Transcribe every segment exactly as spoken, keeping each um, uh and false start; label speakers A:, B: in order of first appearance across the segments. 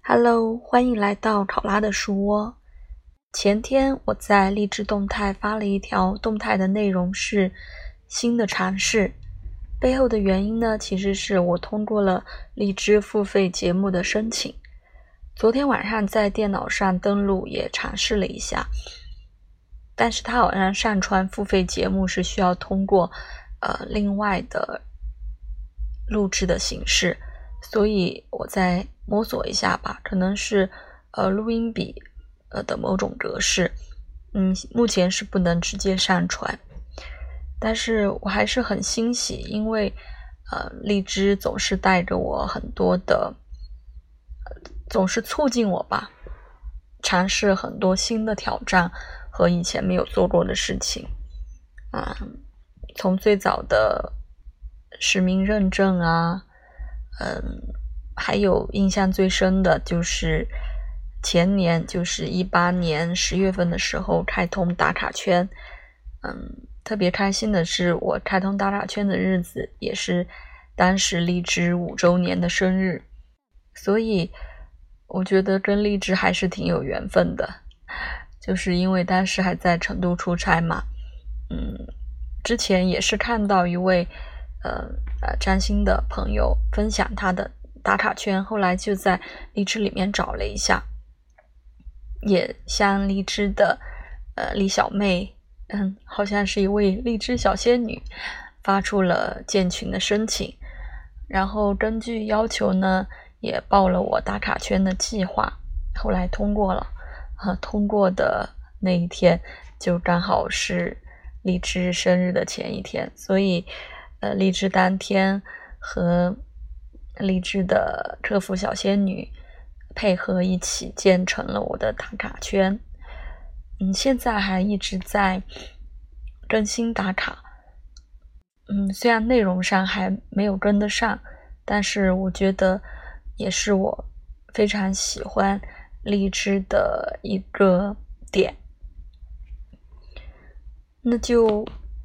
A: Hello，欢迎来到考拉的书窝。前天我在励志动态发了一条动态的内容是新的尝试，背后的原因呢，其实是我通过了励志付费节目的申请。昨天晚上在电脑上登录也尝试了一下，但是它好像上传付费节目是需要通过呃另外的录制的形式，所以我再摸索一下吧，可能是呃录音笔呃的某种格式，嗯，目前是不能直接上传，但是我还是很欣喜，因为呃荔枝总是带着我很多的，呃、总是促进我吧，尝试很多新的挑战和以前没有做过的事情，啊、嗯，从最早的实名认证啊，嗯，还有印象最深的就是前年，就是一八年十月份的时候开通打卡圈，嗯，特别开心的是我开通打卡圈的日子也是当时荔枝五周年的生日，所以我觉得跟荔枝还是挺有缘分的，就是因为当时还在成都出差嘛，嗯，之前也是看到一位呃呃占星的朋友分享他的打卡圈，后来就在荔枝里面找了一下，也向荔枝的呃李小妹，嗯，好像是一位荔枝小仙女，发出了建群的申请，然后根据要求呢，也报了我打卡圈的计划，后来通过了，呃，通过的那一天就刚好是荔枝生日的前一天，所以呃，荔枝当天和荔枝的客服小仙女配合一起建成了我的打卡圈。嗯，现在还一直在更新打卡。嗯，虽然内容上还没有跟得上，但是我觉得也是我非常喜欢荔枝的一个点。那就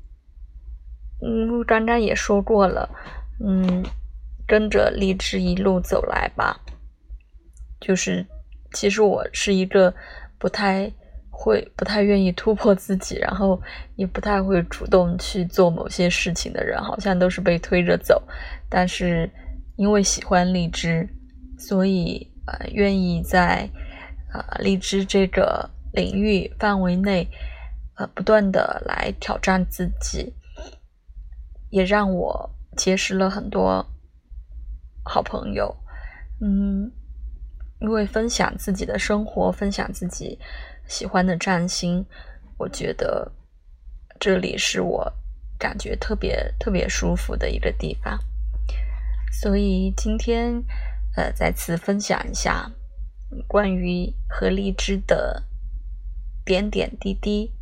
A: 嗯，刚刚也说过了，嗯，跟着荔枝一路走来吧。就是其实我是一个不太会不太愿意突破自己，然后也不太会主动去做某些事情的人，好像都是被推着走，但是因为喜欢荔枝，所以呃愿意在呃荔枝这个领域范围内呃不断的来挑战自己，也让我结识了很多好朋友。嗯，因为分享自己的生活，分享自己喜欢的占星，我觉得这里是我感觉特别特别舒服的一个地方。所以今天呃再次分享一下关于和荔枝的点点滴滴。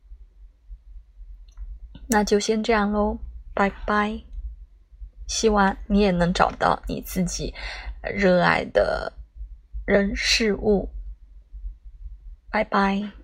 A: 那就先这样咯，拜拜。希望你也能找到你自己热爱的人事物，拜拜。